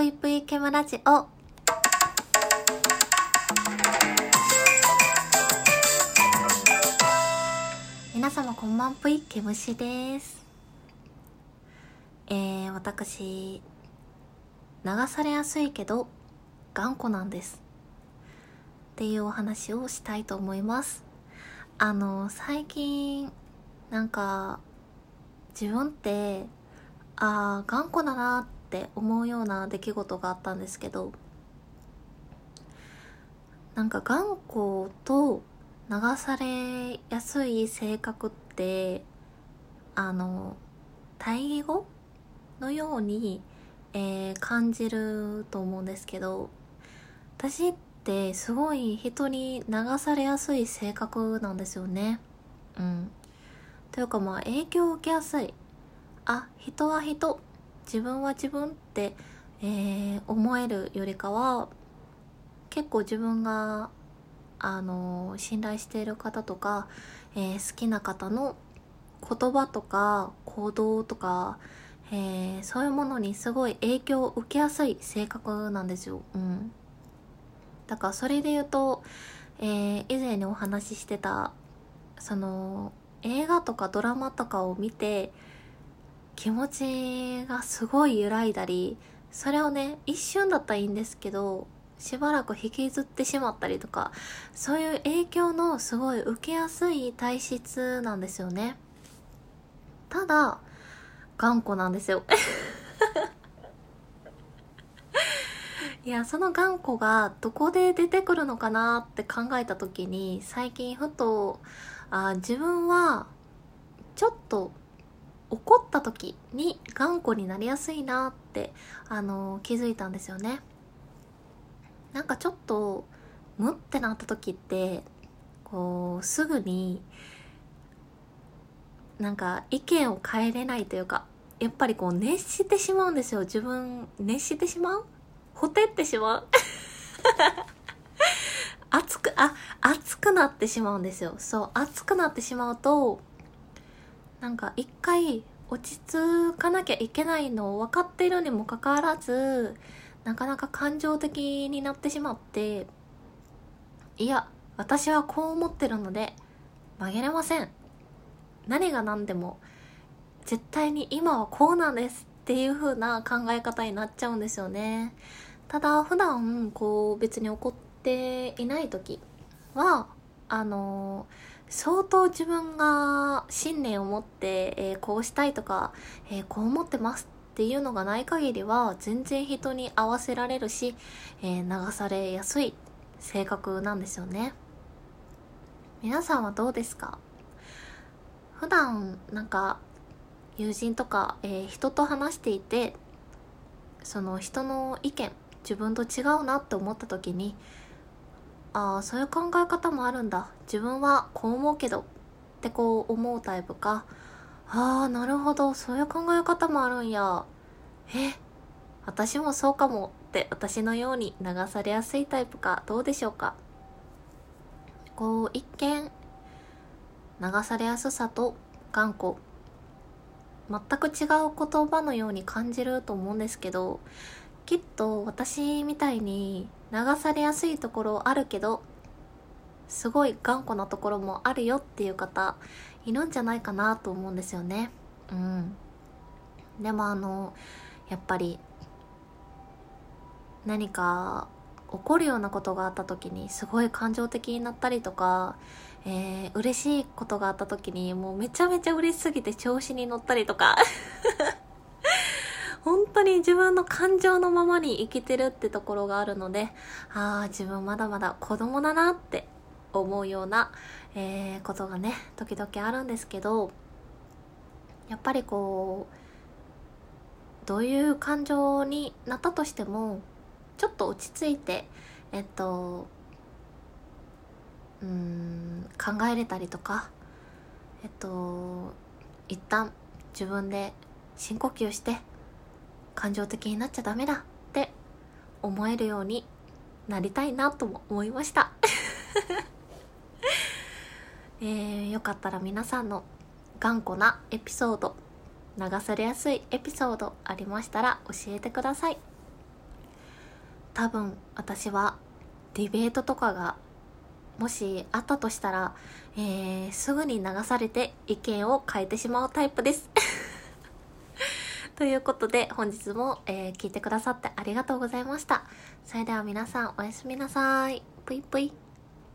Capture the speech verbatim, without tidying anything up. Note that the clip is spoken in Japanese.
ぷいぷいケムラジオ。皆様こんばんぷい、ケムシです。えー、私流されやすいけど頑固なんですっていうお話をしたいと思います。あの最近なんか自分ってあー頑固だなって思うような出来事があったんですけど、なんか頑固と流されやすい性格ってあの対義語のように、えー感じると思うんですけど、私ってすごい人に流されやすい性格なんですよね。うんというかまあ影響を受けやすい、あ、人は人、自分は自分って、えー思えるよりかは、結構自分があの信頼している方とか、えー好きな方の言葉とか行動とか、えーそういうものにすごい影響を受けやすい性格なんですよ。うんだからそれで言うと、えー以前にお話ししてたその映画とかドラマとかを見て気持ちがすごい揺らいだり、それをね一瞬だったらいいんですけどしばらく引きずってしまったりとか、そういう影響のすごい受けやすい体質なんですよね。ただ頑固なんですよいや、その頑固がどこで出てくるのかなって考えた時に、最近ふとあ自分はちょっと怒った時に頑固になりやすいなってあの気づいたんですよね。なんかちょっとムってなった時ってこうすぐになんか意見を変えれないというか、やっぱりこう熱してしまうんですよ。自分熱してしまう、ほてってしまう熱くあ熱くなってしまうんですよ。そう熱くなってしまうと、なんか一回落ち着かなきゃいけないのを分かっているにもかかわらず、なかなか感情的になってしまって、いや私はこう思ってるので曲げれません、何が何でも絶対に今はこうなんですっていう風な考え方になっちゃうんですよね。ただ普段こう別に怒っていない時はあの相当自分が信念を持って、えーこうしたいとか、えーこう思ってますっていうのがない限りは全然人に合わせられるし、えー流されやすい性格なんですよね。皆さんはどうですか？普段なんか友人とか、えー人と話していて、その人の意見自分と違うなって思った時に、ああそういう考え方もあるんだ、自分はこう思うけどってこう思うタイプか、ああなるほどそういう考え方もあるんや、え私もそうかもって私のように流されやすいタイプか、どうでしょうか？こう一見流されやすさと頑固、全く違う言葉のように感じると思うんですけど、きっと私みたいに流されやすいところあるけどすごい頑固なところもあるよっていう方いるんじゃないかなと思うんですよね。うんでもあのやっぱり何か起こるようなことがあった時にすごい感情的になったりとか、えー、嬉しいことがあった時にもうめちゃめちゃ嬉しすぎて調子に乗ったりとか本当に自分の感情のままに生きてるってところがあるので、ああ自分まだまだ子供だなって思うような、えーことがね時々あるんですけど、やっぱりこうどういう感情になったとしてもちょっと落ち着いてえっとうーん考えれたりとか、えっと一旦自分で深呼吸して感情的になっちゃダメだって思えるようになりたいなとも思いましたえー、よかったら皆さんの頑固なエピソード、流されやすいエピソードありましたら教えてください。 多分私はディベートとかがもしあったとしたら、えー、すぐに流されて意見を変えてしまうタイプですということで本日も、えー、聞いてくださってありがとうございました。それでは皆さんおやすみなさい。ぷいぷい。